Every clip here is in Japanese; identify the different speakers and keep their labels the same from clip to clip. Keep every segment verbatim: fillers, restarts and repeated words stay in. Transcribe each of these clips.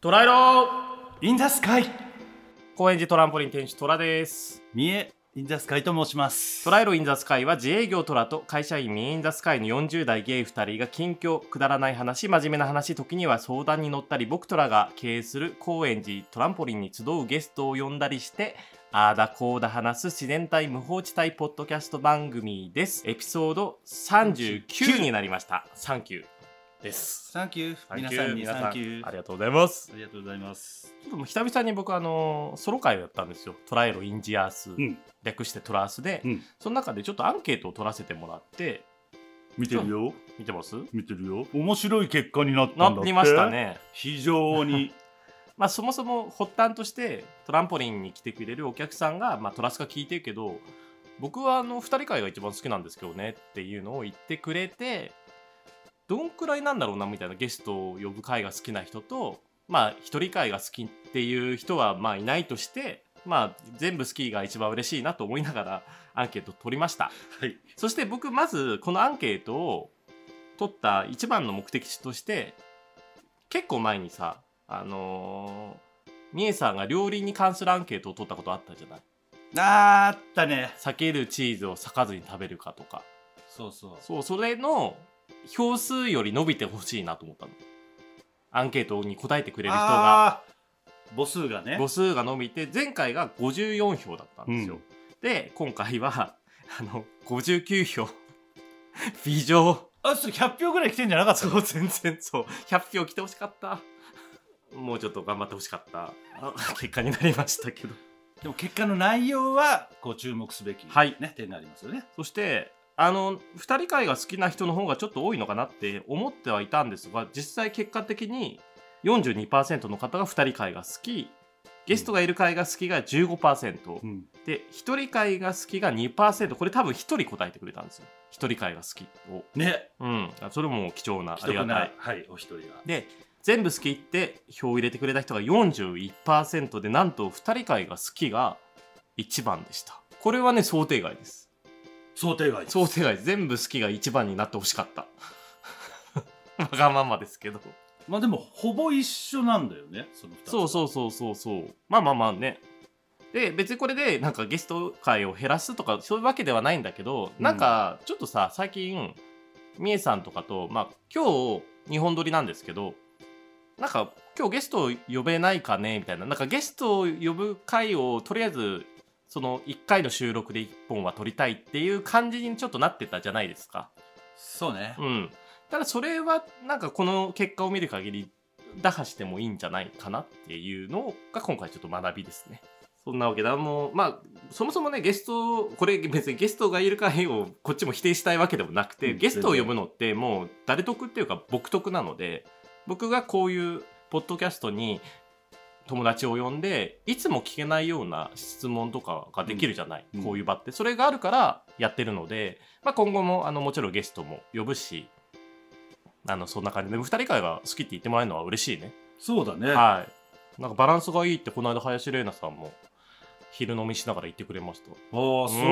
Speaker 1: トライロー
Speaker 2: インザスカイ
Speaker 1: 高円寺トランポリン店主トラです。
Speaker 2: 三重インザスカイと申します。
Speaker 1: トライロインザスカイは自営業トラと会社員三重インザスカイのよんじゅう代ゲイふたりが近況、くだらない話、真面目な話、時には相談に乗ったり、僕トラが経営する高円寺トランポリンに集うゲストを呼んだりしてあーだこうだ話す自然体無法地帯ポッドキャスト番組です。エピソードさんじゅうきゅうになりました。サンキューです。
Speaker 2: サンキュー皆さんにサンキュー
Speaker 1: ありがとうございます。
Speaker 2: ありがとうございます。
Speaker 1: ちょっともう久々に僕あのソロ会をやったんですよ。トライロインジアース、うん、略してトラースで、うん、その中でちょっとアンケートを取らせてもらって
Speaker 2: 見てるよ
Speaker 1: 見てます
Speaker 2: 見てるよ面白い結果になったんだって。
Speaker 1: なりましたね。
Speaker 2: 非常に
Speaker 1: まあそもそも発端としてトランポリンに来てくれるお客さんが、まあ、トラスカ聞いてるけど僕はあのふたり会が一番好きなんですけどねっていうのを言ってくれて、どんくらいなんだろうなみたいな、ゲストを呼ぶ会が好きな人と、まあ一人会が好きっていう人はまあいないとして、まあ全部好きが一番嬉しいなと思いながらアンケートを取りました、はい、そして僕まずこのアンケートを取った一番の目的地として、結構前にさあのー、みえさんが料理に関するアンケートを取ったことあったじゃない。
Speaker 2: あーあったね。
Speaker 1: 避けるチーズを裂かずに食べるかとか。
Speaker 2: そうそう
Speaker 1: そう、それの票数より伸びてほしいなと思ったの。アンケートに答えてくれる人が
Speaker 2: 母数がね
Speaker 1: 母数が伸びて、前回がごじゅうよんひょうだったんですよ、うん、で今回はあのごじゅうきゅうひょう微乗。
Speaker 2: あ、それひゃくひょうぐらい来てんじゃなかったの？
Speaker 1: そう全然そうひゃくひょう来てほしかった。もうちょっと頑張ってほしかった結果になりましたけど、
Speaker 2: でも結果の内容はこう注目すべき、ね、はい、点がありますよね。
Speaker 1: そしてあのふたり会が好きな人の方がちょっと多いのかなって思ってはいたんですが、実際結果的に よんじゅうにパーセント の方がふたり会が好き、ゲストがいる会が好きが じゅうごパーセント、うん、でひとり会が好きが にパーセント。 これ多分ひとり答えてくれたんですよ。ひとり会が好きを
Speaker 2: ね、
Speaker 1: うん、それも貴重なありがたい、
Speaker 2: はい、お一人が
Speaker 1: で全部好きって票を入れてくれた人が よんじゅういちパーセント で、なんとふたり会が好きがいちばんでした。これはね想定外です。
Speaker 2: 想定外です。
Speaker 1: 想定外です。全部好きがいちばんになってほしかったわがままですけど、
Speaker 2: まあでもほぼ一緒なんだよね、そのふたつ。
Speaker 1: そうそうそうそうそう、まあまあまあね。で別にこれでなんかゲスト会を減らすとかそういうわけではないんだけど、うん、なんかちょっとさ最近みえさんとかと、まあ今日にほん撮りなんですけど、なんか今日ゲストを呼べないかねみたいな、なんかゲストを呼ぶ回をとりあえずそのいっかいの収録でいっぽんは撮りたいっていう感じにちょっとなってたじゃないですか。
Speaker 2: そうね。
Speaker 1: うん。ただそれはなんかこの結果を見る限り打破してもいいんじゃないかなっていうのが今回ちょっと学びですね。そんなわけで、もうまあそもそもねゲスト、これ別にゲストがいる回をこっちも否定したいわけでもなくて、うん、ゲストを呼ぶのってもう誰得っていうか僕得なので、僕がこういうポッドキャストに友達を呼んでいつも聞けないような質問とかができるじゃない、うん、こういう場ってそれがあるからやってるので、まあ、今後もあのもちろんゲストも呼ぶし、あのそんな感じでふたり会が好きって言ってもらえるのは嬉しいね。
Speaker 2: そうだね。
Speaker 1: はい、なんかバランスがいいってこの間林玲奈さんも昼飲みしながら言ってくれました。あ
Speaker 2: あ、そう、うん、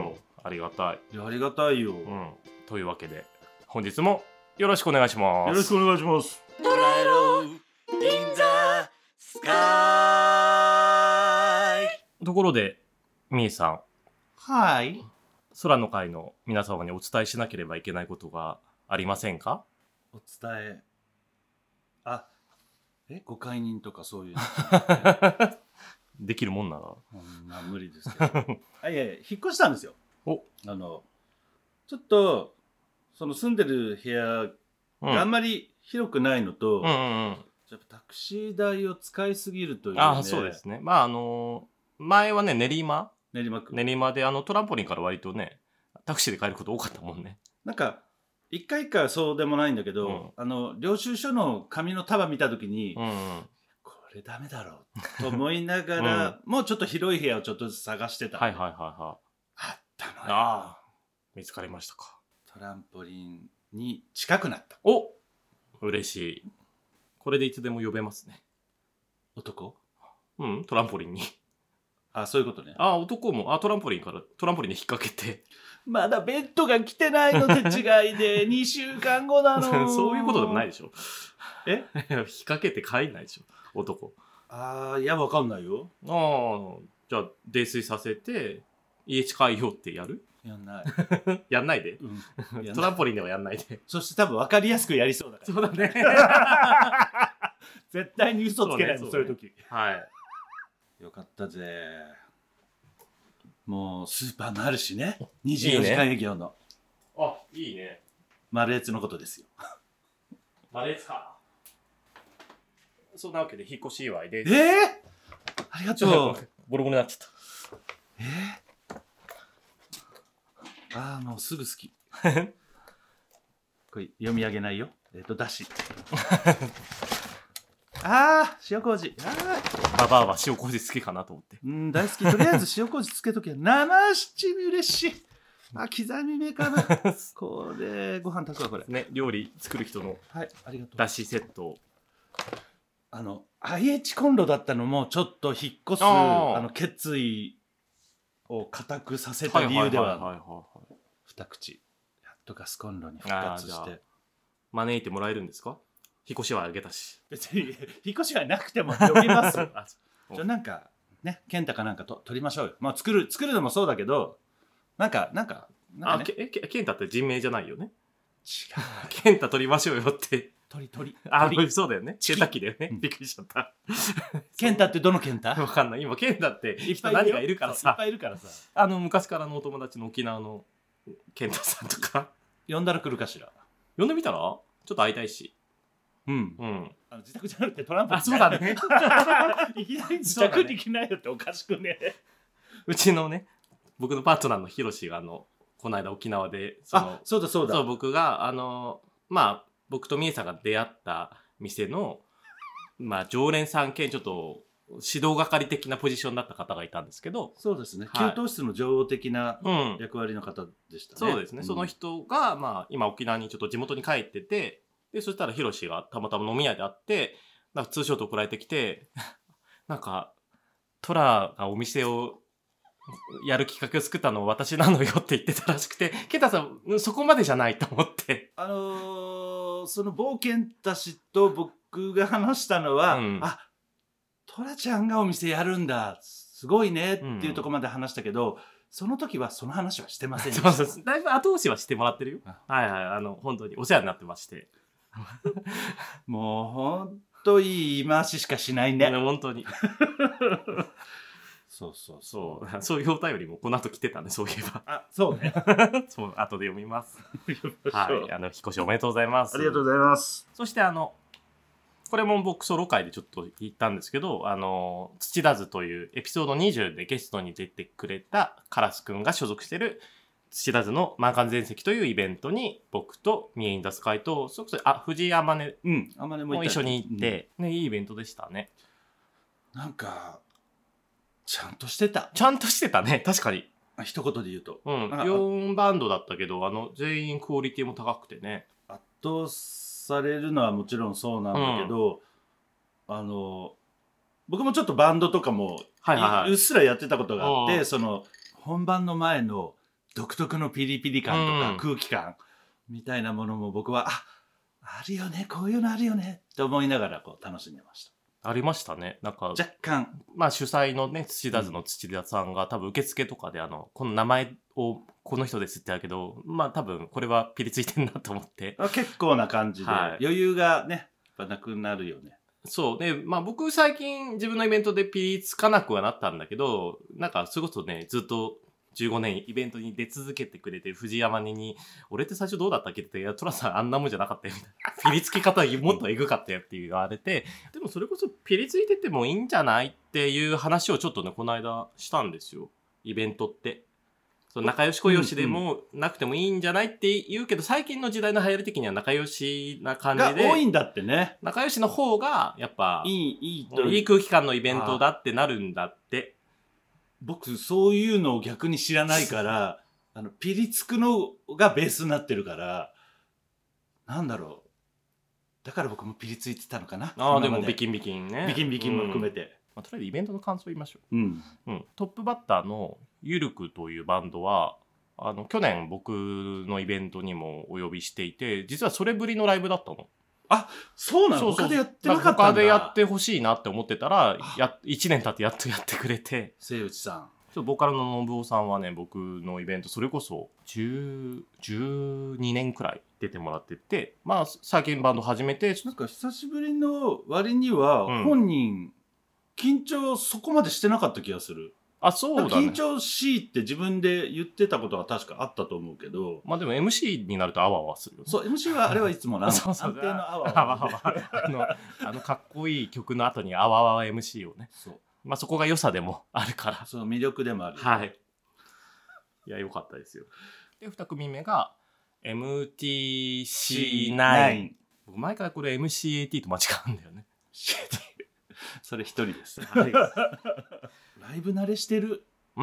Speaker 1: ありがたい。
Speaker 2: いやありがたいよ、うん、
Speaker 1: というわけで本日もよろしくお願いします。
Speaker 2: よろしくお願いします。
Speaker 3: トライローインザスカイ。
Speaker 1: ところでみえさん、
Speaker 2: はい、
Speaker 1: 空の会の皆様にお伝えしなければいけないことがありませんか？
Speaker 2: お伝え、あ、え、ご解任とかそういうの
Speaker 1: できるもんなら、
Speaker 2: うん、まあ無理ですけどあ、いやいや引っ越したんですよ。
Speaker 1: お
Speaker 2: あのちょっとその住んでる部屋があんまり広くないのと、うんうんうん、やっぱタクシー代を使いすぎるというね。
Speaker 1: ああ、そうですね。まああの前はね練馬
Speaker 2: 練馬区
Speaker 1: 練馬であのトランポリンから割とねタクシーで帰ること多かったもんね。
Speaker 2: なんか一回一回はそうでもないんだけど、うん、あの領収書の紙の束見た時に、うんうん、これダメだろうと思いながら、うん、もうちょっと広い部屋をちょっとずつ探してた。
Speaker 1: はいはいはいはい。
Speaker 2: あったのよ。
Speaker 1: ああ、見つかりましたか。
Speaker 2: トランポリンに近くなった。
Speaker 1: お、嬉しい。これでいつでも呼べますね。
Speaker 2: 男？
Speaker 1: うん、トランポリンに。
Speaker 2: あ、そういうことね。
Speaker 1: あ、男もあトランポリンからトランポリンに引っ掛けて。
Speaker 2: まだベッドが来てないの手違いでにしゅうかんごなの
Speaker 1: そういうことでもないでしょ。
Speaker 2: え
Speaker 1: 引っ掛けて帰んないでしょ。 男。
Speaker 2: ああ、いやわかんないよ。
Speaker 1: ああ、じゃあ泥酔させて家近いよってやる？
Speaker 2: やんない。
Speaker 1: やんないで、
Speaker 2: うん、やんない
Speaker 1: トランポリンではやんないで。
Speaker 2: そして多分分かりやすくやりそうだから。
Speaker 1: そうだね。
Speaker 2: 絶対に嘘つけないもん、そういう時。
Speaker 1: はい。
Speaker 2: よかったぜ。もうスーパーもあるしね。にじゅうよじかん営業の。
Speaker 1: あ、いいね。
Speaker 2: マルエツのことですよ。
Speaker 1: マルエツか。そんなわけで引っ越し祝いです。
Speaker 2: えー、ありがとう。
Speaker 1: ボロボロになっちゃった。
Speaker 2: えー、ああ、もうすぐ好き。これ読み上げないよ。えっ、ー、と、だし。ああ、塩麹。あ
Speaker 1: あ。ババアは塩麹好きかなと思って。
Speaker 2: うん、大好き。とりあえず塩麹つけときゃ。生七味嬉しい。あ、刻み目かな。これ、ご飯炊くわ、これ。
Speaker 1: ね、料理作る人の。
Speaker 2: はい、ありがとう。
Speaker 1: だしセット。
Speaker 2: あの、アイエイチ コンロだったのも、ちょっと引っ越す、あの、決意を固くさせた理由では、二口。やっとガスコンロに復活して。
Speaker 1: 招いてもらえるんですか？引っ越しはあげたし。
Speaker 2: 別に、引っ越しはなくても呼びますよ。じゃなんか、ね、健太かなんかと取りましょうよ。まあ、作る、作るのもそうだけど、なんか、なんか、
Speaker 1: なんか、ね、あ、け、け、健太って人名じゃないよね。
Speaker 2: 違う。
Speaker 1: 健太取りましょうよって。
Speaker 2: 鳥鳥。
Speaker 1: あ、そうだよね。ケンタッキーだよね。びっくりしちゃった。
Speaker 2: ケンタってどのケンタ？
Speaker 1: わかんない。今ケンタって人何がいるからさ。
Speaker 2: いっぱいいるからさ。
Speaker 1: あの昔からのお友達の沖縄のケンタさんとか。
Speaker 2: 呼んだら来るかしら。
Speaker 1: 呼んでみたら？ちょっと会いたいし。
Speaker 2: うん。
Speaker 1: うん。
Speaker 2: あの自宅じゃなくてトランプ。
Speaker 1: あ、そうだね。
Speaker 2: いきなり自宅に来ないよっておかしくね。
Speaker 1: うちのね、僕のパートナーのヒロシがあのこの間沖縄でその、
Speaker 2: あ、そうだそうだ。
Speaker 1: そう僕があのまあ。僕とみえさんが出会った店の、まあ、常連さん兼ちょっと指導係的なポジションだった方がいたんですけど、
Speaker 2: そうですね、
Speaker 1: はい、
Speaker 2: 給湯室の女王的な役割の方でしたね、
Speaker 1: うん、そうですね、うん、その人が、まあ、今沖縄にちょっと地元に帰ってて、でそしたらヒロシがたまたま飲み屋で会ってなんかツーショット送られてきてなんかトラがお店をやる企画を作ったの私なのよって言ってたらしくて、ケンタさんそこまでじゃないと思って、
Speaker 2: あのー、その冒険たちと僕が話したのは、うん、あ、トラちゃんがお店やるんだすごいねっていうところまで話したけど、うん、その時はその話はしてませんでした。
Speaker 1: そうそう、だいぶ後押しはしてもらってるよ。はいはい、あの本当にお世話になってまして
Speaker 2: もう本当いい言い回ししかしないね。
Speaker 1: 本当に
Speaker 2: そうそう
Speaker 1: そう。そういうお便りもこの後来てたね、そういえば。
Speaker 2: あ、そうね。
Speaker 1: そう、後で読みます。はい。あの、引っ越しおめでとうございます。
Speaker 2: ありがとうございます。
Speaker 1: そしてあの、これも僕ソロ会でちょっと言ったんですけど、あの、土田図というエピソードにじゅうでゲストに出てくれたカラスくんが所属してる土田図の満貫全席というイベントに僕とミエインダスカイと、それこそ、あ、藤井あまねも一緒に行って、うん、ね、いいイベントでしたね。
Speaker 2: なんか、ちゃんとしてた。
Speaker 1: ちゃんとしてたね、確かに。
Speaker 2: 一言で言うと。
Speaker 1: うん。よんバンドだったけど、あの、全員クオリティも高くてね。
Speaker 2: 圧倒されるのはもちろんそうなんだけど、うん、あの、僕もちょっとバンドとかも、はいはいはい、うっすらやってたことがあって、その、本番の前の独特のピリピリ感とか空気感みたいなものも僕は、あ、あるよね、こういうのあるよねって思いながらこう楽しんでました。
Speaker 1: ありましたね。なんか
Speaker 2: 若干、
Speaker 1: まあ主催のね、土田図の土田さんが、うん、多分受付とかであのこの名前をこの人ですって言ったけど、まあ多分これはピリついてんなと思って、
Speaker 2: 結構な感じで、はい、余裕がねやっぱなくなるよね。
Speaker 1: そうで、まあ僕最近自分のイベントでピリつかなくはなったんだけど、なんかそれこそねずっとじゅうごねんイベントに出続けてくれて藤山根に俺って最初どうだったっけって言って、いやトラさんあんなもんじゃなかったよみたいな、ピリつき方もっとエグかったよって言われて、でもそれこそピリついててもいいんじゃないっていう話をちょっとねこの間したんですよ。イベントってその仲良し小良しでもなくてもいいんじゃないって言うけど、最近の時代の流行り的には仲良しな感じで
Speaker 2: が多いんだってね。
Speaker 1: 仲良しの方がやっぱ
Speaker 2: いいいいと
Speaker 1: いい空気感のイベントだってなるんだって。
Speaker 2: 僕そういうのを逆に知らないからあのピリつくのがベースになってるから、なんだろう、だから僕もピリついてたのかな。
Speaker 1: ああでもビキンビキンね、
Speaker 2: ビキンビキンも含めて、うん、
Speaker 1: まあ、とりあえずイベントの感想言いましょう、
Speaker 2: うん
Speaker 1: うん、トップバッターのゆるくというバンドはあの去年僕のイベントにもお呼びしていて、実はそれぶりのライブだったの。
Speaker 2: あ、そうなの。
Speaker 1: そうそう
Speaker 2: 他でやってなかったんだ。
Speaker 1: 他でやってほしいなって思ってたら、やいちねん経ってやっとやってくれて。
Speaker 2: 瀬内さん。
Speaker 1: ちょっとボーカルの信夫さんはね、僕のイベントそれこそじゅう、じゅうにねんくらい出てもらってて、まあ最近バンド始めて、
Speaker 2: なんか久しぶりの割には本人、緊張そこまでしてなかった気がする。
Speaker 1: あ、そうだね。
Speaker 2: 緊張しいって自分で言ってたことは確かあったと思うけど。
Speaker 1: まあでも エムシー になるとあわあわするよね。
Speaker 2: そう、エムシー はあれはいつもな、
Speaker 1: そうそう
Speaker 2: 安定のあわ
Speaker 1: あわ
Speaker 2: あわ。
Speaker 1: あわ。あの、あのかっこいい曲の後にあわあわ エムシー をね。
Speaker 2: そう。
Speaker 1: まあそこが良さでもあるから。
Speaker 2: その魅力でもある。
Speaker 1: はい。いや、良かったですよ。で、に組目が エムティーシーナイン。僕毎回これ エムシーエーティー と間違うんだよね。
Speaker 2: それ一人です。はい、ライブ慣れしてる。
Speaker 1: うん。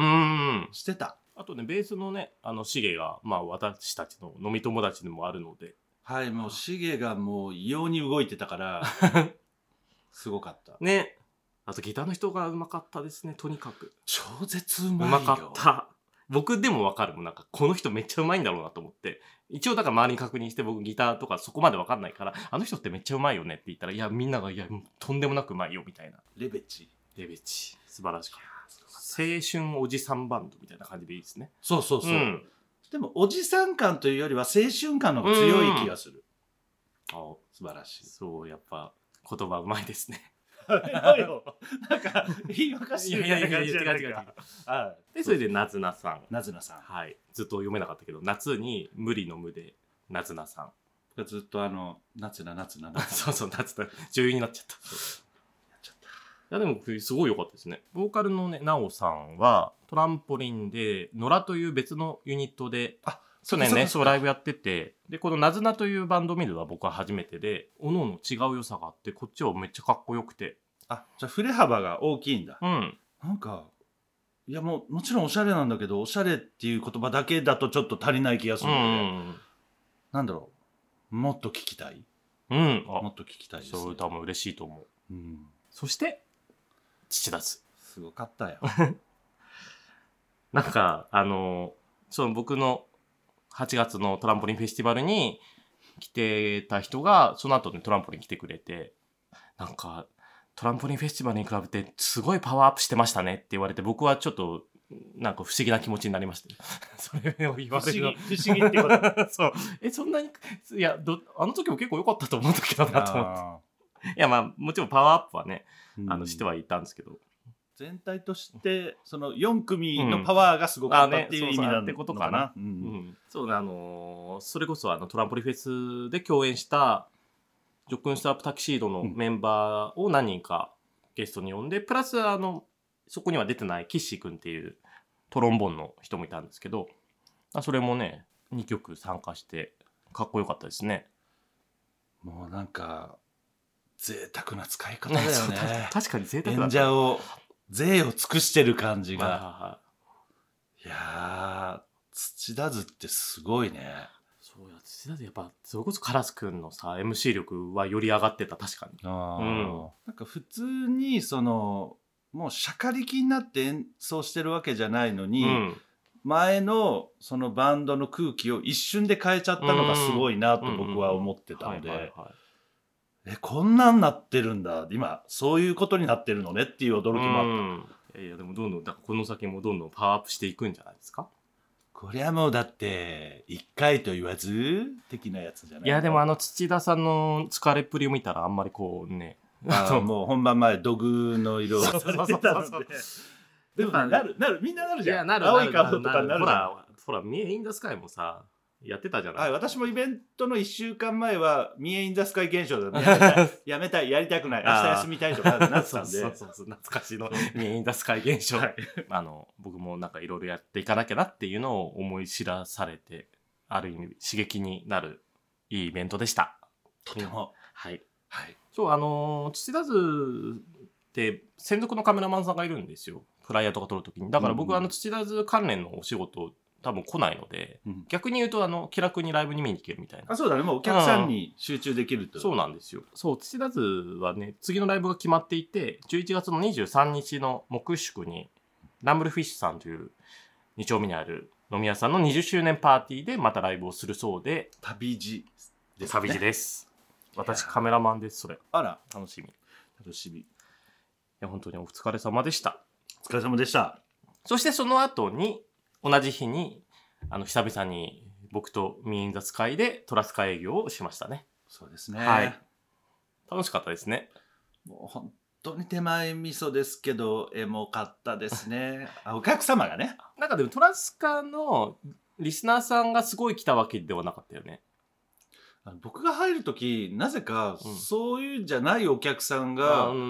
Speaker 2: してた。
Speaker 1: あとね、ベースのね、あの、シゲが、まあ私たちの飲み友達でもあるので。
Speaker 2: はい、もうシゲがもう異様に動いてたから、すごかった。
Speaker 1: ね。あとギターの人がうまかったですね、とにかく。
Speaker 2: 超絶うまいよ。
Speaker 1: うまかった。僕でもわかるもん。なんか、この人めっちゃうまいんだろうなと思って。一応だから周りに確認して、僕ギターとかそこまでわかんないから、あの人ってめっちゃうまいよねって言ったら、いや、みんなが、いや、とんでもなくうまいよ、みたいな。
Speaker 2: レベチ。
Speaker 1: レベチ。素晴らしかった。青春おじさんバンドみたいな感じでいいですね。
Speaker 2: そうそうそう。うん、でも、おじさん感というよりは、青春感の方が強い気がする。
Speaker 1: ああ、
Speaker 2: 素晴らしい。
Speaker 1: そう、やっぱ、言葉うまいですね。
Speaker 2: なんか言い訳してるみたいな感じじゃないか。
Speaker 1: でそれでなずなさん。
Speaker 2: なずなさん。
Speaker 1: はい。ずっと読めなかったけど、夏に無理の無でなずなさん。
Speaker 2: ずっとあの夏な夏な夏。
Speaker 1: そうそう夏な女優になっちゃった。やっちゃった。いやでもすごい良かったですね。ボーカルのねなおさんはトランポリンで野良という別のユニットで。あ去年ね、そうライブやってて、で、このなずなというバンド見るのは僕は初めてで、おのおの違う良さがあって、こっちはめっちゃかっこよくて。
Speaker 2: あ、じゃあ振れ幅が大きいんだ。
Speaker 1: うん。
Speaker 2: なんか、いやもう、もちろんおしゃれなんだけど、おしゃれっていう言葉だけだとちょっと足りない気がするので、うん、なんだろう、もっと聞きたい。
Speaker 1: うん。
Speaker 2: もっと聞きたいですね。
Speaker 1: そういう歌も嬉しいと思う。
Speaker 2: うん。
Speaker 1: そして、父だず。
Speaker 2: すごかったよ。
Speaker 1: なんか、あの、その僕の、はちがつのトランポリンフェスティバルに来てた人が、その後にトランポリン来てくれて、なんか、トランポリンフェスティバルに比べてすごいパワーアップしてましたねって言われて、僕はちょっと、なんか不思議な気持ちになりました。それを言われる。
Speaker 2: 不思議ってこと。
Speaker 1: そう。え、そんなに、いやど、あの時も結構良かったと思うんだけどなと思って。いや、まあ、もちろんパワーアップはね、あの、してはいたんですけど。
Speaker 2: 全体としてそのよん組のパワーがすごかったっていう意味な
Speaker 1: ってことかな。そうね、あのー、それこそあのトランポリンフェスで共演したジョックンスタープタキシードのメンバーを何人かゲストに呼んで、プラスあのそこには出てないキッシー君っていうトロンボーンの人もいたんですけど、それもねにきょく参加してかっこよかったですね。
Speaker 2: もうなんか贅沢な使い方だよね。
Speaker 1: 確かに贅沢だ。
Speaker 2: 演者を贅を尽くしてる感じが、はい、いやー土田津ってすごいね。
Speaker 1: そうや土田津やっぱそれこそカラスくんのさ エムシー 力はより上がってた。確かに。
Speaker 2: あ、うん、なんか普通にそのもうしゃかりきになって演奏してるわけじゃないのに、うん、前のそのバンドの空気を一瞬で変えちゃったのがすごいなと僕は思ってたので、え、こんなんなってるんだ、今そういうことになってるのねっていう驚きもあった。
Speaker 1: いやいやでもどんどんだこの先もどんどんパワーアップしていくんじゃないですか。
Speaker 2: これはもうだっていっかいと言わず的なやつじゃない。
Speaker 1: いやでもあの土田さんの疲れっぷりを見たらあんまりこうね、
Speaker 2: あもう本番前土偶の色をされてたので。でもなるなるみんななるじゃん。いやなる青い顔とかになるじゃん。ほら
Speaker 1: ほらミエインザスカイもさやってたじゃない。
Speaker 2: はい、私もイベントのいっしゅうかんまえはミエインザスカイ現象だ、ね、やめたいやめたいやりたくない明日休みたいとかなってたんで
Speaker 1: そうそうそう懐かしのミエインザスカイ現象、はい、あの僕もなんかいろいろやっていかなきゃなっていうのを思い知らされて、ある意味刺激になるいいイベントでした。
Speaker 2: とても
Speaker 1: はい、
Speaker 2: はい、
Speaker 1: そうあの土田津って専属のカメラマンさんがいるんですよ、フライヤーとか撮るときに。だから僕はあの土田津関連のお仕事多分来ないので、うん、逆に言うとあの気楽にライブに見に行けるみたいな。
Speaker 2: あ、そうだね、もうお客さんに集中できるって、
Speaker 1: うん、そうなんですよ。そう土田津はね次のライブが決まっていて、じゅういちがつのにじゅうさんにちの木宿にランブルフィッシュさんというに丁目にある飲み屋さんのにじゅっしゅうねんパーティーでまたライブをするそうで、
Speaker 2: 旅路ですね。
Speaker 1: 旅路です。 私カメラマンです。それ
Speaker 2: あら
Speaker 1: 楽しみ。
Speaker 2: 楽しみ。い
Speaker 1: や本当にお疲れ様でした。
Speaker 2: お疲れ様でした。
Speaker 1: そしてその後に同じ日にあの久々に僕とミーインザスカイでトラスカ営業をしましたね。
Speaker 2: そうですね。
Speaker 1: はい。楽しかったですね。
Speaker 2: もう本当に手前味噌ですけどエモかったですね。あ、お客様がね。
Speaker 1: なんかでもトラスカのリスナーさんがすごい来たわけではなかったよね。
Speaker 2: あの僕が入る時なぜかそういうんじゃないお客さんが、うん、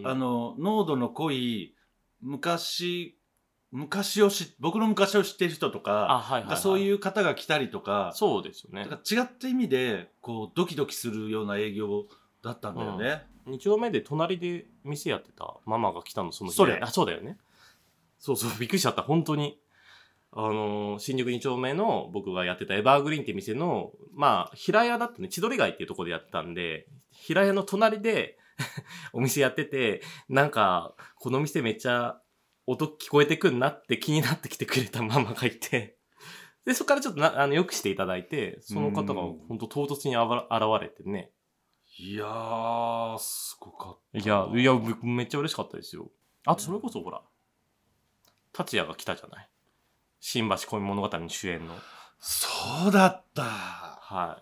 Speaker 2: あの濃度の濃い昔昔をし僕の昔を知っている人とか、はいはいはい、そういう方が来たりとか、
Speaker 1: そうですよね。
Speaker 2: だから違った意味でこうドキドキするような営業だったんだよね。
Speaker 1: うん、に丁目で隣で店やってたママが来たのその日。
Speaker 2: それ
Speaker 1: あ、そうだよね。そうそう、びっくりしちゃった。本当にあのー、新宿に丁目の僕がやってたエバーグリーンって店のまあ平屋だったね、千鳥街っていうところでやってたんで、平屋の隣でお店やってて、なんかこの店めっちゃ音聞こえてくんなって気になってきてくれたママがいて、でそこからちょっとなあのよくしていただいて、その方が本当唐突にあわ現れてね。
Speaker 2: いやーすごかった。
Speaker 1: いやいやめっちゃ嬉しかったですよ。あとそれこそほら達也が来たじゃない。新橋恋物語の主演の。
Speaker 2: そうだった。
Speaker 1: はい。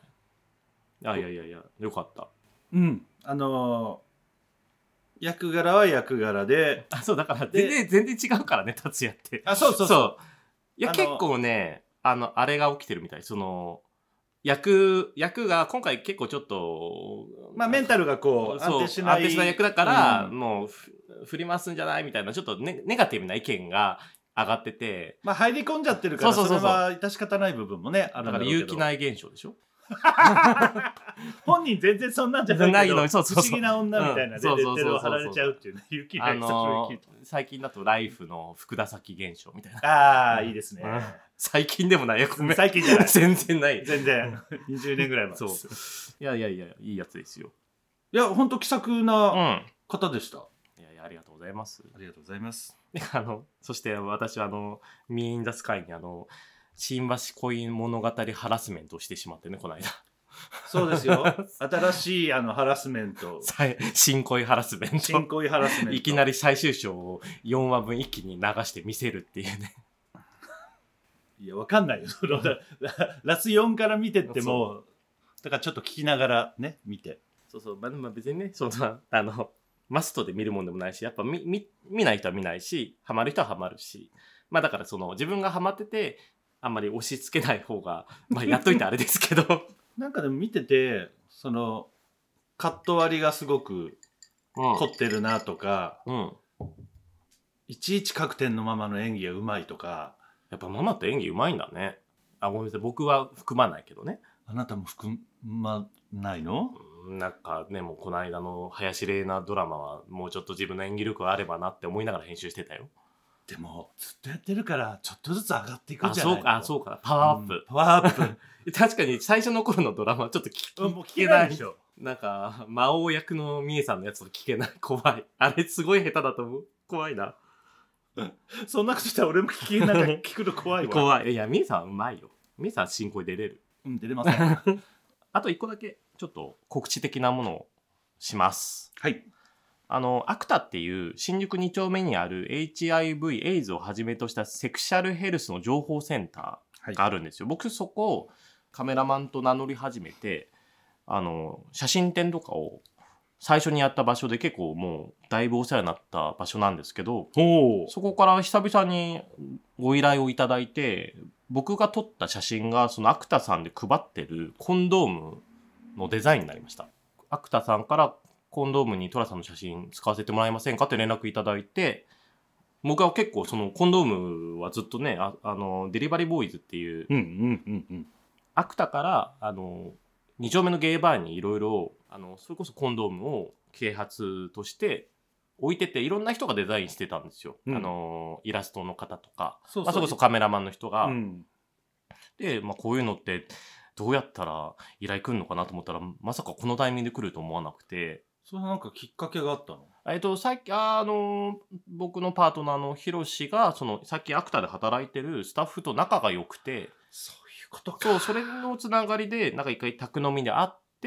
Speaker 1: あ、いやいやいや、よかった。
Speaker 2: うん。あのー、役柄は役柄で。
Speaker 1: あ、そう、だから全然、全然違うからね、達也って。
Speaker 2: あ、そうそうそう。そう
Speaker 1: いや、結構ね、あの、あれが起きてるみたい。その、役、役が今回結構ちょっと、
Speaker 2: まあメンタルがこう、安定しない。
Speaker 1: 安定しない役だから、うん、もう、振り回すんじゃないみたいな、ちょっとネ、ネガティブな意見が、上がってて、
Speaker 2: まあ入り込んじゃってるから、そうそうそうそう、それは致し方ない部分もねあるんだろうけど。
Speaker 1: だから有機内現象でしょ。
Speaker 2: 本人全然そんなんじゃないけど、
Speaker 1: そうそうそう、
Speaker 2: 不思議な女みたいなでレッテルを貼られちゃうっていうね。有機内現象。
Speaker 1: 最近だとライフの福田咲現象みたいな。
Speaker 2: ああ、いいですね。
Speaker 1: 最近でもないよ。
Speaker 2: 最近じゃない。
Speaker 1: 全然ない。
Speaker 2: 全然。にじゅうねんぐらい前
Speaker 1: です。そう。いやいやいや、いいやつですよ。
Speaker 2: いや、ほんと気さくな方でした。
Speaker 1: いやいや、ありがとうございます。
Speaker 2: ありがとうございます。
Speaker 1: あの、そして私はあの、ミーインザスカイにあの、新橋恋物語ハラスメントをしてしまってね、この間。
Speaker 2: そうですよ。新しいあのハラスメント。
Speaker 1: 新恋ハラスメント。
Speaker 2: 新恋ハラスメント。
Speaker 1: いきなり最終章をよんわぶん一気に流して見せるっていうね。
Speaker 2: いや、わかんないよ。ラスよんから見てっても、だからちょっと聞きながらね、見て。
Speaker 1: そうそう、まあ、まあ、別にね、その、あの、マストで見るもんでもないし、やっぱ見、見、見ない人は見ないし、ハマる人はハマるし。まあだからその、自分がハマってて、あんまり押し付けない方が、まあやっといてあれですけど。
Speaker 2: なんかでも見てて、その、カット割りがすごく凝ってるなとか、うん、いちいち各店のママの演技がうまいとか。
Speaker 1: やっぱママって演技うまいんだね。あ、ごめんなさい。僕は含まないけどね。
Speaker 2: あなたも含まないの？
Speaker 1: なんかね、もうこの間の林玲奈ドラマはもうちょっと自分の演技力があればなって思いながら編集してたよ。
Speaker 2: でもずっとやってるからちょっとずつ上がっていくんじゃないの？
Speaker 1: あ、そうか、あ、そうか。パワーアップ。うん、
Speaker 2: パワーアップ。
Speaker 1: 確かに最初の頃のドラマはちょっと聞け、うん、もう聞けないでしょ。なんか、魔王役のミエさんのやつと聞けない。怖い。あれすごい下手だと思う。怖いな。
Speaker 2: そんなことしたら俺も聞けなんか聞くの怖いわ。
Speaker 1: 怖い。いや、ミエさんはうまいよ。ミエさんは進行出れる。
Speaker 2: うん、出れません。
Speaker 1: あと一個だけ、ちょっと告知的なものをします。
Speaker 2: はい。
Speaker 1: あの、アクタっていう新宿に丁目にある エイチアイブイ、エイズをはじめとしたセクシャルヘルスの情報センターがあるんですよ。はい、僕そこをカメラマンと名乗り始めて、あの、写真展とかを最初にやった場所で結構もうだいぶお世話になった場所なんですけど、そこから久々にご依頼をいただいて、僕が撮った写真がそのアクタさんで配ってるコンドームのデザインになりました。アクタさんからコンドームにトラさんの写真使わせてもらえませんかって連絡いただいて、僕は結構そのコンドームはずっとね、あ, あのデリバリーボーイズっていう、
Speaker 2: うんうんうんうん、
Speaker 1: アクタからあのに丁目のゲイバーにいろいろそれこそコンドームを啓発として置いてて、いろんな人がデザインしてたんですよ。うん、あのイラストの方とか、そうそう、まあ、それこそカメラマンの人が、うん、で、まあ、こういうのってどうやったら依頼来るのかなと思ったら、まさかこのタイミングで来ると思わなくて。
Speaker 2: それなんかきっかけがあったの？
Speaker 1: えっと、さっき、あの、僕のパートナーのヒロシが、その、さっきアクタで働いてるスタッフと仲が良くて、
Speaker 2: そういうことか。
Speaker 1: そう、それのつながりで、なんか一回宅飲みで会って、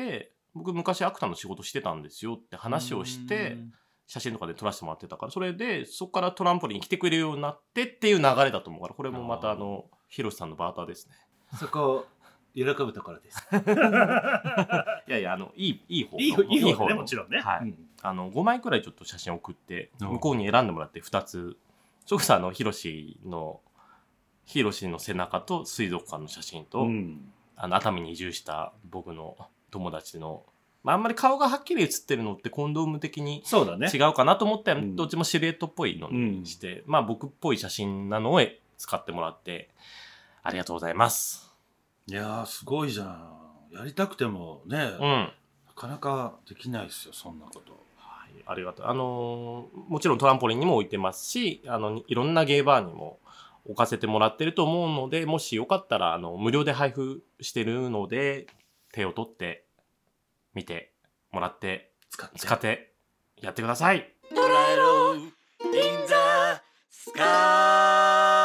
Speaker 1: 僕昔アクターの仕事してたんですよって話をして写真とかで撮らせてもらってたから、それでそこからトランポリンに来てくれるようになってっていう流れだと思うから、これもまたあのヒロシさんのバーターですね。
Speaker 2: そこ喜ぶところです。
Speaker 1: いやいや、あのいいいい方の
Speaker 2: いい方いい方ね、
Speaker 1: の
Speaker 2: もちろんね。
Speaker 1: はい、
Speaker 2: うん、
Speaker 1: あのごまいくらいちょっと写真送って向こうに選んでもらってふたつ、それこそあのヒロシのヒロシの背中と水族館の写真と、うん、あの熱海に移住した僕の友達の、まあ、あんまり顔がはっきり写ってるのってコンドーム的に違うかなと思って、ね、どっちもシルエットっぽいのにして、うん、まあ僕っぽい写真なのを使ってもらってありがとうございます。
Speaker 2: いやーすごいじゃん。やりたくてもね、うん、なかなかできないですよ、そんなこと。
Speaker 1: はい、ありがとう。あのー、もちろんトランポリンにも置いてますし、あのいろんなゲーバーにも置かせてもらってると思うので、もしよかったらあの無料で配布してるので手を取って見てもらって使って、使ってやってください。
Speaker 3: 捉えろ in the sky。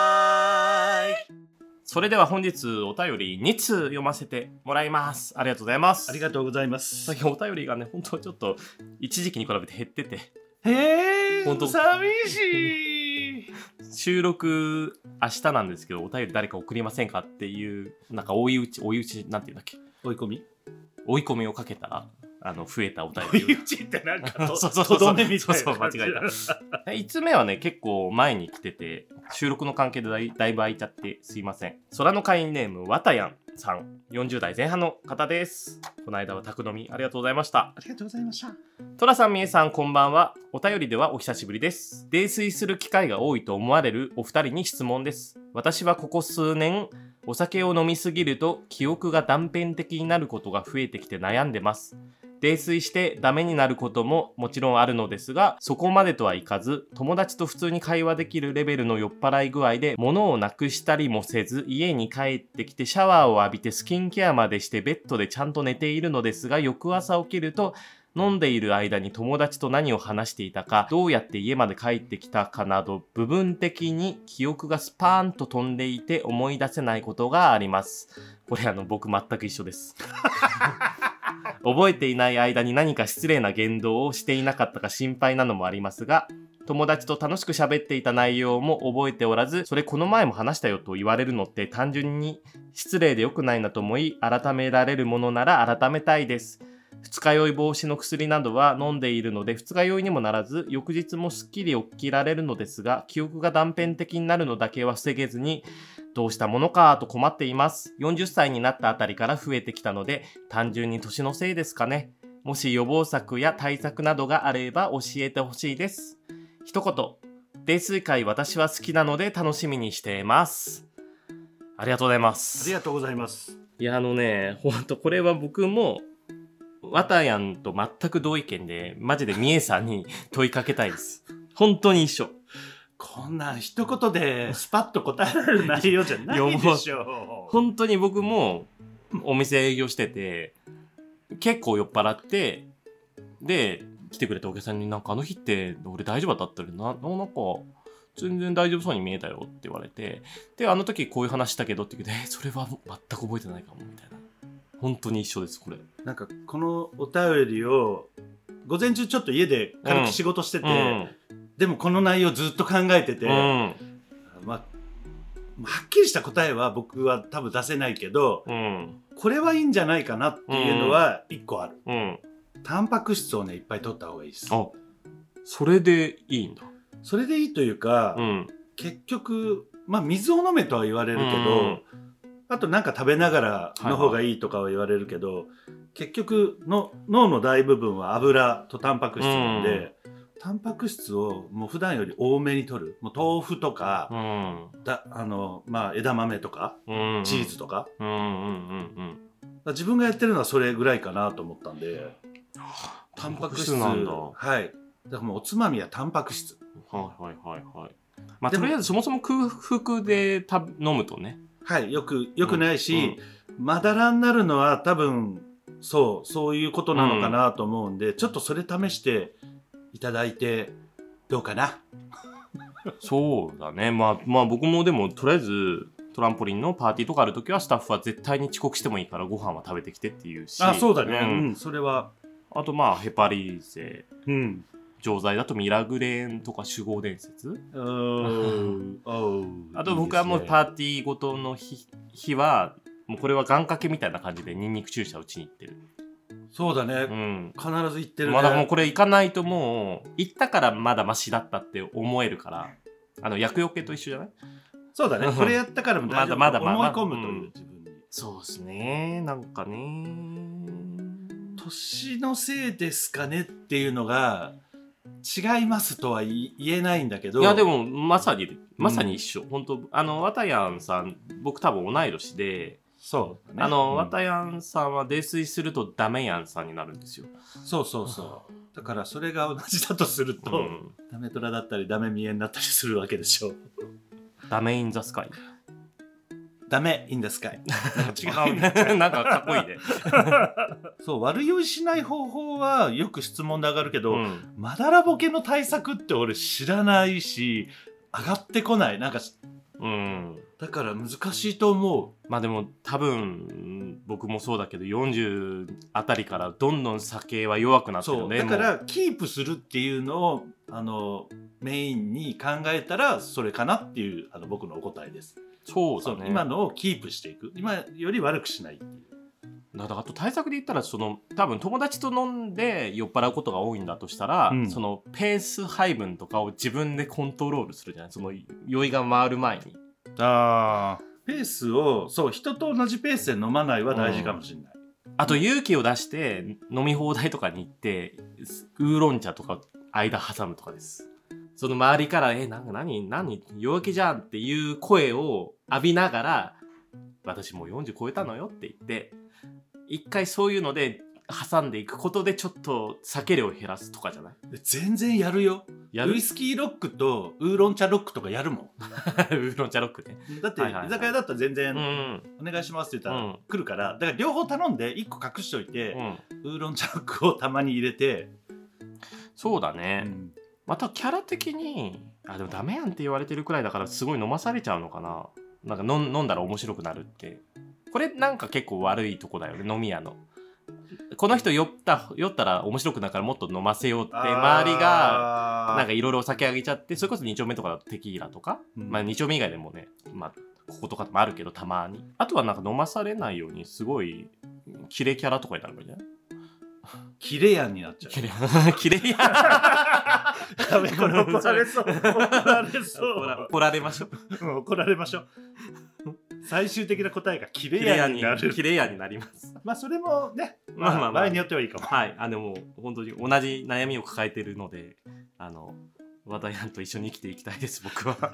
Speaker 1: それでは本日お便りにつう読ませてもらいます。ありがとうございます。
Speaker 2: ありがとうございます。
Speaker 1: 最近お便りがね、本当ちょっと一時期に比べて減ってて、
Speaker 2: へー寂しい。
Speaker 1: 収録明日なんですけど、お便り誰か送りませんかっていうなんか追い打ち追い打ちなんていうんだっけ、
Speaker 2: 追い込み
Speaker 1: 追い込みをかけたらあの増えたお便
Speaker 2: り。追い打ちってなんかと
Speaker 1: そうそうそうそう、
Speaker 2: とどめみたいな。
Speaker 1: そうそう間違えた。いつつめはね結構前に来てて、収録の関係でだ い, だいぶ空いちゃってすいません。空の会員ネームわたやんさん、よんじゅう代前半の方です。この間は宅飲みありがとうございました。
Speaker 2: ありがとうございました。
Speaker 1: トラさん、みえさん、こんばんは。お便りではお久しぶりです。泥酔する機会が多いと思われるお二人に質問です。私はここ数年お酒を飲みすぎると記憶が断片的になることが増えてきて悩んでます。泥酔してダメになることももちろんあるのですが、そこまでとはいかず、友達と普通に会話できるレベルの酔っ払い具合で物をなくしたりもせず、家に帰ってきてシャワーを浴びてスキンケアまでしてベッドでちゃんと寝ているのですが、翌朝起きると飲んでいる間に友達と何を話していたか、どうやって家まで帰ってきたかなど、部分的に記憶がスパーンと飛んでいて思い出せないことがあります。これあの僕全く一緒です。覚えていない間に何か失礼な言動をしていなかったか心配なのもありますが、友達と楽しく喋っていた内容も覚えておらず、それこの前も話したよと言われるのって単純に失礼で良くないなと思い、改められるものなら改めたいです。二日酔い防止の薬などは飲んでいるので二日酔いにもならず、翌日もすっきり起きられるのですが、記憶が断片的になるのだけは防げずに、どうしたものかと困っています。よんじゅっさいになったあたりから増えてきたので、単純に年のせいですかね。もし予防策や対策などがあれば教えてほしいです。一言、泥酔会私は好きなので楽しみにしています。ありがとうございます。
Speaker 2: ありがとうございます。
Speaker 1: いやあのね、ほんとこれは僕もわたやんと全く同意見で、マジでみえさんに問いかけたいです。本当に一緒。
Speaker 2: こんなん一言でスパッと答えられる内容じゃないでしょ。
Speaker 1: 本当に僕もお店営業してて結構酔っ払って、で来てくれたお客さんになんかあの日って俺大丈夫だったらな、なんか全然大丈夫そうに見えたよって言われて、であの時こういう話したけどって言って、えそれは全く覚えてないかもみたいな。本当に一緒ですこれ。
Speaker 2: なんかこのお便りを午前中ちょっと家で軽く仕事してて、うん、でもこの内容ずっと考えてて、うん、まあはっきりした答えは僕は多分出せないけど、うん、これはいいんじゃないかなっていうのは一個ある、うん、タンパク質をねいっぱい取った方がいいです。
Speaker 1: あ、それでいいんだ。
Speaker 2: それでいいというか、うん、結局まあ水を飲めとは言われるけど、うん、あとなんか食べながらの方がいいとかは言われるけど、はいはい、結局の脳の大部分は油とタンパク質なんで、うん、タンパク質をもう普段より多めに摂る。もう豆腐とか、うん、だあのまあ、枝豆とか、うんうん、チーズとか、うんうんうんうん、だ自分がやってるのはそれぐらいかなと思ったんで、タンパク質なんだ。はい。だからもうおつまみはタンパク質。
Speaker 1: はいはいはいはい。まあとりあえずそもそも空腹でた飲むとね。
Speaker 2: はい、よくよくないし、うん、まだらになるのは多分そうそういうことなのかなと思うんで、うん、ちょっとそれ試していただいてどうかな。
Speaker 1: そうだね。まあまあ僕もでもとりあえずトランポリンのパーティーとかあるときはスタッフは絶対に遅刻してもいいからご飯は食べてきてっていうし、
Speaker 2: あそうだね、
Speaker 1: うん
Speaker 2: うん、それは
Speaker 1: あとまあヘパリーゼ、
Speaker 2: うん、
Speaker 1: 錠剤だとミラグレーンとか守護伝説
Speaker 2: あ
Speaker 1: と僕はもうパーティーごとの 日, 日はもうこれは願掛けみたいな感じでニンニク注射打ちに行ってる。
Speaker 2: そうだね、
Speaker 1: うん、
Speaker 2: 必ず行ってるね。
Speaker 1: まだもうこれ行かないともう行ったからまだマシだったって思えるから、あの厄除けと一緒じゃない？
Speaker 2: そうだねこれやったからも大丈夫、
Speaker 1: まだまだ
Speaker 2: 思い込むという、うん、自分に。
Speaker 1: そうですね、なんかね
Speaker 2: 年のせいですかねっていうのが違いますとは言えないんだけど、
Speaker 1: いやでもまさにまさに一緒、うん、本当あのワタヤンさん僕多分同い年で、
Speaker 2: そうだね、
Speaker 1: あの、うん、ワ
Speaker 2: タ
Speaker 1: タヤンさんは泥酔するとダメヤンさんになるんですよ。
Speaker 2: そうそうそうだからそれが同じだとすると、うん、ダメトラだったりダメ見えになったりするわけでしょ。
Speaker 1: ダメインザスカイ、
Speaker 2: ダメインザスカイ
Speaker 1: 違うねなんかかっこいいね
Speaker 2: そう悪酔いしない方法はよく質問で上がるけど、うん、まだらぼけの対策って俺知らないし上がってこないなんか、うん、だから難しいと思う。
Speaker 1: まあでも多分僕もそうだけどよんじゅうあたりからどんどん酒は弱くなってるね。
Speaker 2: そうだからキープするっていうのをあのメインに考えたらそれかなっていうあの僕のお答えです。
Speaker 1: そうだね、
Speaker 2: そう今のをキープしていく、今より悪くしないっていう。
Speaker 1: だからあと対策で言ったらその多分友達と飲んで酔っ払うことが多いんだとしたら、うん、そのペース配分とかを自分でコントロールするじゃない、その酔いが回る前に。
Speaker 2: あーペースをそう人と同じペースで飲まないは大事かもしれない、
Speaker 1: うん、あと勇気を出して飲み放題とかに行ってウーロン茶とか間挟むとかです。その周りからえなんか何何弱気じゃんっていう声を浴びながら私もうよんじゅう超えたのよって言って一回そういうので挟んでいくことでちょっと酒量を減らすとかじゃない？
Speaker 2: 全然やるよ。やるウイスキーロックとウーロン茶ロックとかやるもんウ
Speaker 1: ーロン茶ロックね。
Speaker 2: だって居酒屋だったら全然お願いしますって言ったら来るから、だから両方頼んでいっこ隠しといて、うん、ウーロン茶ロックをたまに入れて。
Speaker 1: そうだね、うん、またキャラ的にあでもダメやんって言われてるくらいだからすごい飲まされちゃうのかな。なんか 飲, 飲んだら面白くなるってこれなんか結構悪いとこだよね飲み屋の。この人酔った酔ったら面白くなるからもっと飲ませようって周りがなんかいろいろお酒あげちゃって、それこそに丁目とかだとテキーラとか、うん、まあに丁目以外でもねまあこことかもあるけどたまにあとはなんか飲まされないようにすごいキレキャラとかになるんじゃない？
Speaker 2: キレヤンになっちゃう。
Speaker 1: キレヤン
Speaker 2: ダメこれ怒られそう怒られそう
Speaker 1: 怒られましょ
Speaker 2: う怒られましょう最終的な答えがキレヤンになる。
Speaker 1: キレヤンになります。ま
Speaker 2: あそれもね、まあ、まあまあ場合によってはいいかも。
Speaker 1: はい、あでも本当に同じ悩みを抱えているので、あのワタヤンと一緒に生きていきたいです僕は。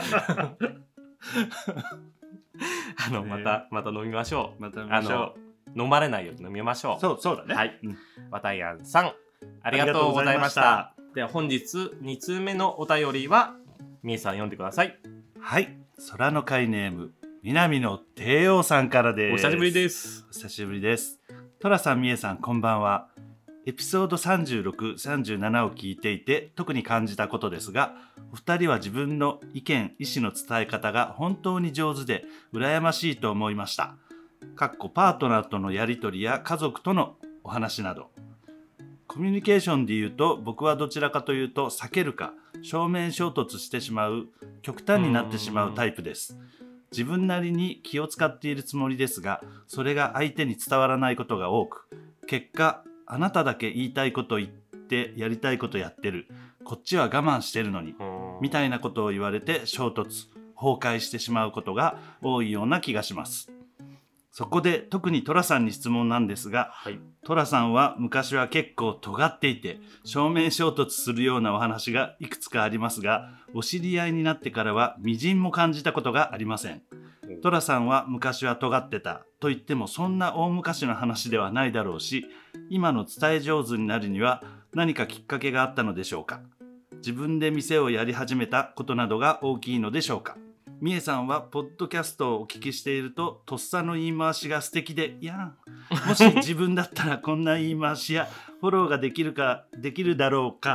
Speaker 1: あの、ね、またまた飲みましょう。
Speaker 2: また飲みましょう。
Speaker 1: 飲まれないように飲みましょう。
Speaker 2: そうそうだね。
Speaker 1: はい。うん、ワタヤンさんありがとうございました。では本日に通目のお便りはみえさん読んでください。
Speaker 2: はい。空の会ネーム南の帝王さんからです。
Speaker 1: お久しぶりです。
Speaker 2: お久しぶりです。トラさんみえさんこんばんは。エピソードさんじゅうろく、さんじゅうななを聞いていて特に感じたことですが、お二人は自分の意見意思の伝え方が本当に上手で羨ましいと思いました。かっこパートナーとのやり取りや家族とのお話など。コミュニケーションで言うと僕はどちらかというと避けるか正面衝突してしまう極端になってしまうタイプです。自分なりに気を使っているつもりですが、それが相手に伝わらないことが多く、結果あなただけ言いたいこと言ってやりたいことやってる、こっちは我慢してるのにみたいなことを言われて衝突崩壊してしまうことが多いような気がします。そこで特にトラさんに質問なんですが、はい、トラさんは昔は結構尖っていて正面衝突するようなお話がいくつかありますが、お知り合いになってからはみじんも感じたことがありません。トラさんは昔は尖ってたと言ってもそんな大昔の話ではないだろうし、今の伝え上手になるには何かきっかけがあったのでしょうか。自分で店をやり始めたことなどが大きいのでしょうか。みえさんはポッドキャストをお聞きしているととっさの言い回しが素敵で、いやんもし自分だったらこんな言い回しやフォローができるかできるだろうか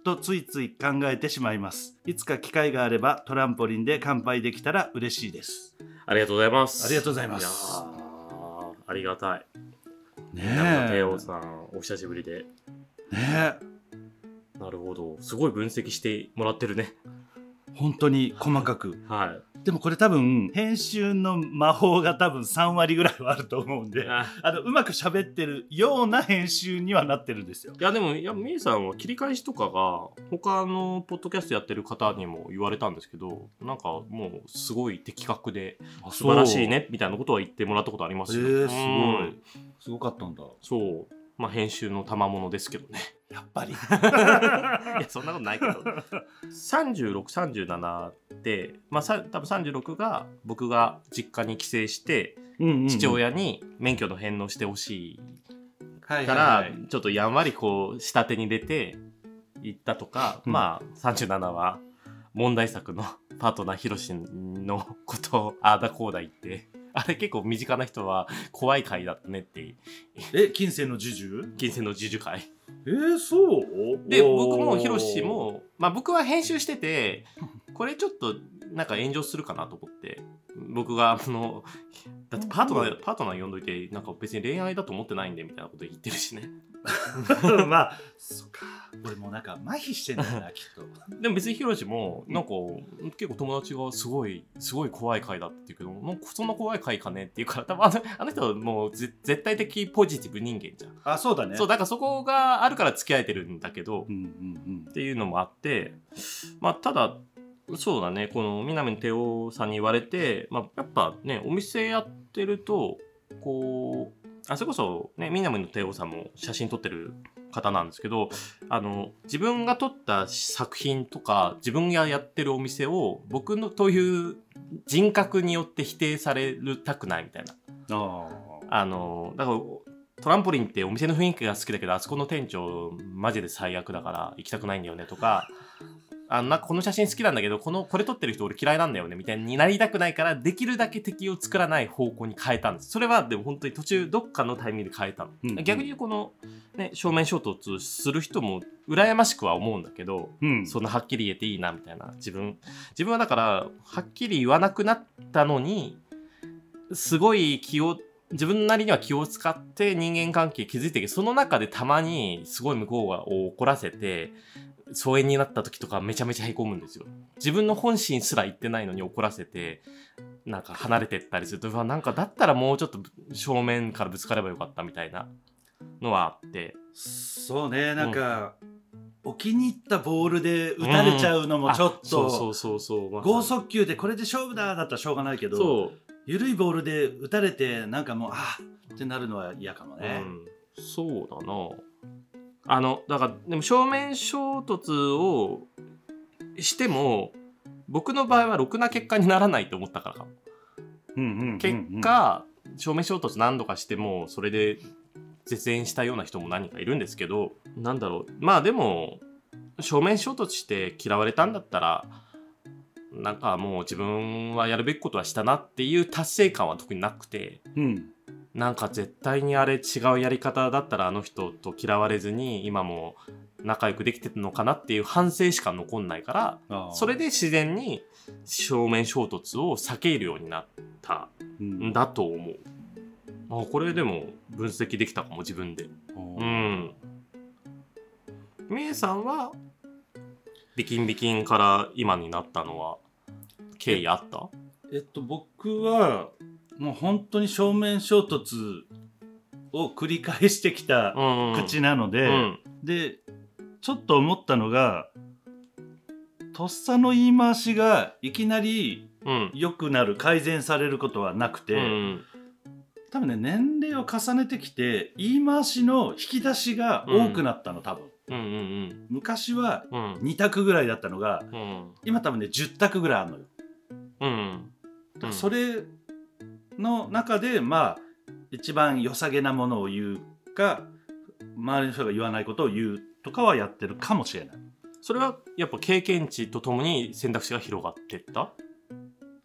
Speaker 2: とついつい考えてしまいます。いつか機会があればトランポリンで乾杯できたら嬉しいです。
Speaker 1: ありがとうございます。
Speaker 2: ありがとうございます。
Speaker 1: いやありがたい
Speaker 2: ねえ。
Speaker 1: 帝王さんお久しぶりで
Speaker 2: ね
Speaker 1: え。なるほど、すごい分析してもらってるね。
Speaker 2: 本当に細かく
Speaker 1: はい。
Speaker 2: でもこれ多分編集の魔法が多分さんわりぐらいはあると思うんで、ああのうまく喋ってるような編集にはなってるんですよ。
Speaker 1: いやでもいやみえさんは切り返しとかが他のポッドキャストやってる方にも言われたんですけど、なんかもうすごい的確で素晴らしいねみたいなことは言ってもらったことありますよ。
Speaker 2: えー、すごいすごかったんだ。
Speaker 1: そう、まあ編集の賜物ですけどね。
Speaker 2: やっぱりい
Speaker 1: やそんなことないけどさんじゅうろく、さんじゅうななってまあさ多分さんじゅうろくが僕が実家に帰省して、うんうんうん、父親に免許の返納してほしいから、はいはいはい、ちょっとやんわりこう下手に出て行ったとか、うん、まあさんじゅうななは問題作のパートナーヒロシのことをああだこうだ言ってあれ結構身近な人は怖い回だったねって
Speaker 2: え近世の呪術
Speaker 1: 近世の呪術回
Speaker 2: えー、そう
Speaker 1: で僕もヒロシも、まあ、僕は編集しててこれちょっとなんか炎上するかなと思って僕があのだってパートナーパートナー呼んどいてなんか別に恋愛だと思ってないんでみたいなこと言ってるしね
Speaker 2: まあそっか俺もうなんか麻痺してんだよなきっと
Speaker 1: でも別にヒロシもなんか結構友達がすごいすごい怖い回だって言うけどなんかそんな怖い回かねっていうから多分あのあの人はもう絶対的ポジティブ人間じゃん。
Speaker 2: あそうだね。
Speaker 1: そうだからそこがあるから付き合えてるんだけど、うんうんうん、っていうのもあってまあただそうだねこの南の帝王さんに言われて、まあ、やっぱねお店やってるとこうあそれこそね南の帝王さんも写真撮ってる方なんですけどあの自分が撮った作品とか自分がやってるお店を僕のという人格によって否定されるたくないみたいな。ああのだからトランポリンってお店の雰囲気が好きだけどあそこの店長マジで最悪だから行きたくないんだよねとかあなんかこの写真好きなんだけどこのこれ撮ってる人俺嫌いなんだよねみたいになりたくないからできるだけ敵を作らない方向に変えたんです。それはでも本当に途中どっかのタイミングで変えたの、うんうん、逆にこの、ね、正面衝突する人も羨ましくは思うんだけど、うん、そんなはっきり言えていいなみたいな自分自分はだからはっきり言わなくなったのにすごい気を自分なりには気を使って人間関係築いていけその中でたまにすごい向こうを怒らせて疎遠になった時とかめちゃめちゃへこむんですよ。自分の本心すら言ってないのに怒らせてなんか離れてったりするとなんかだったらもうちょっと正面からぶつかればよかったみたいなのはあって
Speaker 2: そうねなんか、うん、お気に入ったボールで打たれちゃうのもちょっと剛速球でこれで勝負だだったらしょうがないけどそう緩いボールで打たれてなんかもうあってなるのは嫌かもね、
Speaker 1: うん、そうだなあのだからでも正面衝突をしても僕の場合はろくな結果にならないと思ったからかも、うんうんうんうん、結果正面衝突何度かしてもそれで絶縁したような人も何人かいるんですけどなんだろうまあでも正面衝突して嫌われたんだったらなんかもう自分はやるべきことはしたなっていう達成感は特になくて、うん、なんか絶対にあれ違うやり方だったらあの人と嫌われずに今も仲良くできてるのかなっていう反省しか残んないからそれで自然に正面衝突を避けるようになったんだと思う、うん、あこれでも分析できたかも自分でうんみえさんはビキンビキンから今になったのは経緯あった？
Speaker 2: えっと僕はもう本当に正面衝突を繰り返してきた口なので、うんうん、でちょっと思ったのがとっさの言い回しがいきなり良くなる、うん、改善されることはなくて、うん、多分ね年齢を重ねてきて言い回しの引き出しが多くなったの多分、うんうんうん、昔はに択ぐらいだったのが、うん、今多分ねじゅう択ぐらいあるのよ、うんうん、それの中でまあ一番良さげなものを言うか周りの人が言わないことを言うとかはやってるかもしれない。
Speaker 1: それはやっぱ経験値とともに選択肢が広がってった？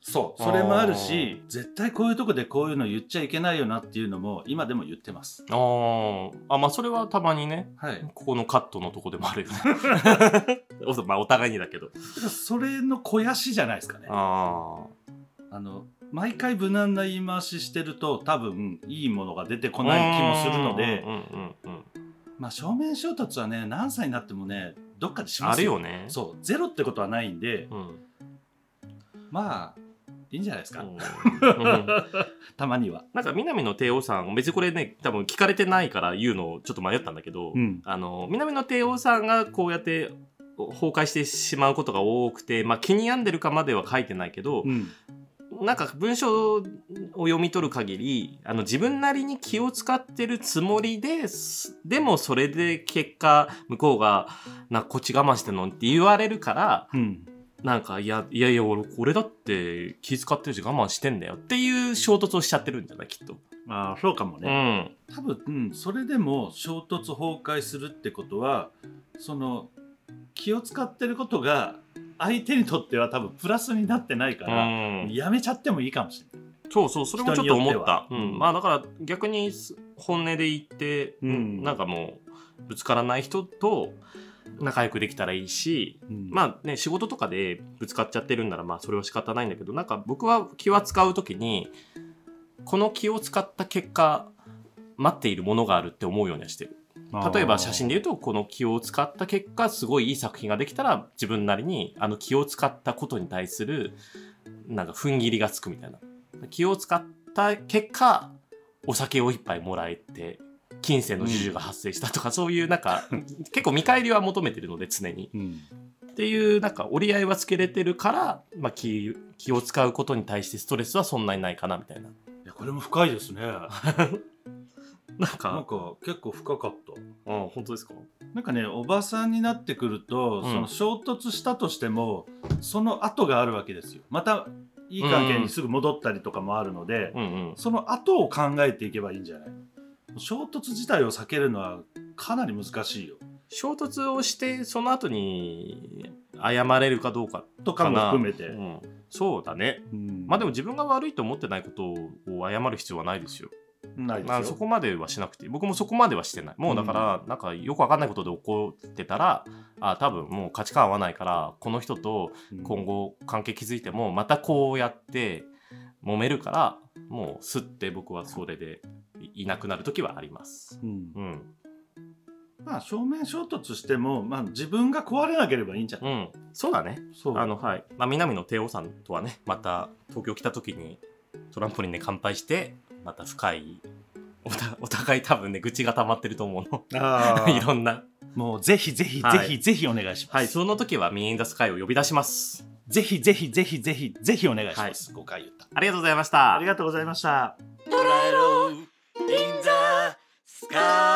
Speaker 2: そうそれもあるし、絶対こういうとこでこういうの言っちゃいけないよなっていうのも今でも言ってます。
Speaker 1: ああまあそれはたまにね、
Speaker 2: はい、
Speaker 1: ここのカットのとこでもあるよねまあお互いにだけど、
Speaker 2: それの肥やしじゃないですかね。ああの毎回無難な言い回ししてると多分いいものが出てこない気もするので、まあ正面衝突はね何歳になってもねどっかでしますよ。
Speaker 1: あるよね。
Speaker 2: そうゼロってことはないんで、うん、まあいいんじゃないですか、うん、たまには。
Speaker 1: なんか南野帝王さん別にこれね多分聞かれてないから言うのをちょっと迷ったんだけど、うん、あの南野帝王さんがこうやって崩壊してしまうことが多くて、まあ、気に病んでるかまでは書いてないけど、うん、なんか文章を読み取る限りあの自分なりに気を使ってるつもりででもそれで結果向こうがなこっち我慢してんのって言われるから、うんなんかいやいやいや俺これだって気遣ってるし我慢してんだよっていう衝突をしちゃってるんじゃないきっと。
Speaker 2: ああそうかもね、うん、多分、うん、それでも衝突崩壊するってことはその気を使ってることが相手にとっては多分プラスになってないから、うん、やめちゃってもいいかもしれない。
Speaker 1: そうそうそれもちょっと思った、うん、まあだから逆に本音で言って、うん、なんかもうぶつからない人と仲良くできたらいいし、うん、まあね仕事とかでぶつかっちゃってるんならまあそれは仕方ないんだけどなんか僕は気は使うときにこの気を使った結果待っているものがあるって思うようにはしてる。例えば写真で言うとこの気を使った結果すごいいい作品ができたら自分なりにあの気を使ったことに対するなんか踏ん切りがつくみたいな。気を使った結果お酒を一杯もらえて金銭の授受が発生したとか、うん、そういうなんか結構見返りは求めてるので常に、うん、っていうなんか折り合いはつけれてるから、まあ、気, 気を使うことに対してストレスはそんなにないかなみたいな。い
Speaker 2: やこれも深いですね
Speaker 1: なんか
Speaker 2: なんか結構深かった。
Speaker 1: ああ本当ですか。
Speaker 2: なんかねおばさんになってくると、うん、その衝突したとしてもその後があるわけですよ。またいい関係にすぐ戻ったりとかもあるので、うんうん、その後を考えていけばいいんじゃない。衝突自体を避けるのはかなり難しいよ。
Speaker 1: 衝突をしてその後に謝れるかどうか
Speaker 2: とかも含めて、うん、
Speaker 1: そうだね、うん、まあでも自分が悪いと思ってないことを謝る必要はないですよ。
Speaker 2: ないですよ、
Speaker 1: まあ、そこまではしなくて僕もそこまではしてない。もうだから、うん、なんかよく分かんないことで怒ってたらあ多分もう価値観合わないからこの人と今後関係築いてもまたこうやって揉めるからもうすって僕はそれでいなくなる時はあります、うんうん、
Speaker 2: まあ正面衝突しても、まあ、自分が壊れなければいいんじゃない、うん、
Speaker 1: そうだね。そうあの、はいまあ、南の帝王さんとはねまた東京来た時にトランポリンで乾杯してまた深い お, たお互い多分ね愚痴が溜まってると思うのあいろんな
Speaker 2: もうぜひぜひぜひぜひお願いします。
Speaker 1: はいその時はミーインザスカイを呼び出します。
Speaker 2: ぜひぜひぜひぜひぜひお願いします、はい、ごかい言った。
Speaker 1: ありがとうございました。
Speaker 2: ありがとうございました。
Speaker 3: 捉えろ In the Sky。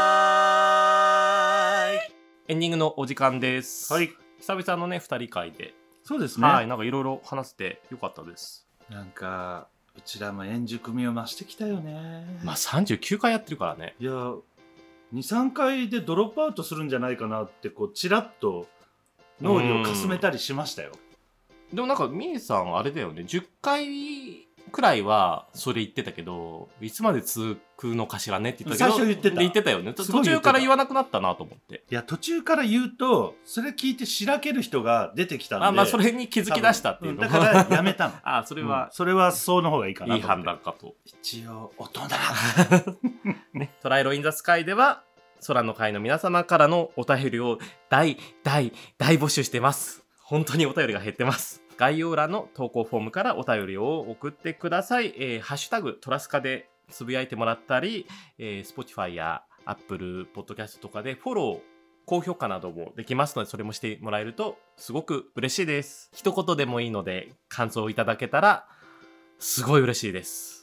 Speaker 1: エンディングのお時間です。
Speaker 2: はい
Speaker 1: 久々のねふたり会で
Speaker 2: そうですね
Speaker 1: はいなんかいろいろ話せてよかったです。
Speaker 2: なんかうちらも円熟味を増してきたよね。
Speaker 1: まあさんじゅうきゅうかいやってるからね。
Speaker 2: いや にさんかいでドロップアウトするんじゃないかなってこうチラッと脳裏をかすめたりしましたよ。
Speaker 1: でもなんかみえさんあれだよねじゅっかいくらいはそれ言ってたけどいつまで続くのかしらねって言ったけど
Speaker 2: 最初言ってた
Speaker 1: 言ってたよね。途中から言わなくなったなと思って。
Speaker 2: いや途中から言うとそれ聞いてしらける人が出てきたんで
Speaker 1: あまあそれに気づき出したっていうの、
Speaker 2: うん、だからやめたの
Speaker 1: あそれは、
Speaker 2: うん、それはそうの方がいいかなと
Speaker 1: いい判断かと。
Speaker 2: 一応大人
Speaker 1: ねトライロインザスカイでは空の会の皆様からのお便りを大大大募集してます。本当にお便りが減ってます。概要欄の投稿フォームからお便りを送ってください。えー、ハッシュタグトラスカでつぶやいてもらったり、えー、Spotify や Apple Podcast とかでフォロー、高評価などもできますのでそれもしてもらえるとすごく嬉しいです。一言でもいいので感想をいただけたらすごい嬉しいです。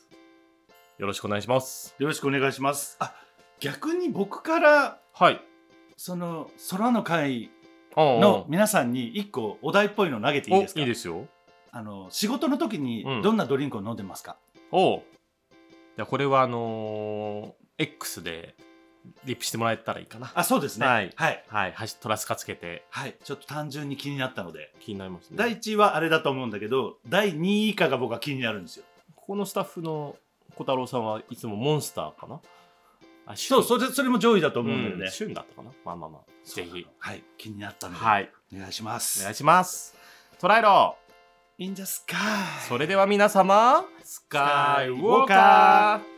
Speaker 1: よろしくお願いします。
Speaker 2: よろしくお願いします。あ逆に僕から
Speaker 1: はい
Speaker 2: その空の会の皆さんにいっこお題っぽいの投げていいですか。
Speaker 1: いいですよ。
Speaker 2: あの仕事の時にどんなドリンクを飲んでますか。
Speaker 1: うん、おじゃこれはあのー、X でリップしてもらえたらいいかな。
Speaker 2: あ、そうですね。
Speaker 1: はい
Speaker 2: はい
Speaker 1: はい、トラスカつけて。
Speaker 2: はい、ちょっと単純に気になったので。
Speaker 1: 気になりますね。
Speaker 2: だいいちいはあれだと思うんだけど、だいにい以下が僕は気になるんですよ。
Speaker 1: ここのスタッフの小太郎さんはいつもモンスターかな。
Speaker 2: あ、そうそれそれも上位だと思うんだよね。
Speaker 1: シュンだったかな。まあまあまあ、ぜひ、
Speaker 2: はい、気になったので、
Speaker 1: はい、
Speaker 2: お願いします。
Speaker 1: お願いします。トライロ
Speaker 2: ー In the sky。
Speaker 1: それでは皆様、スカイウォーカー。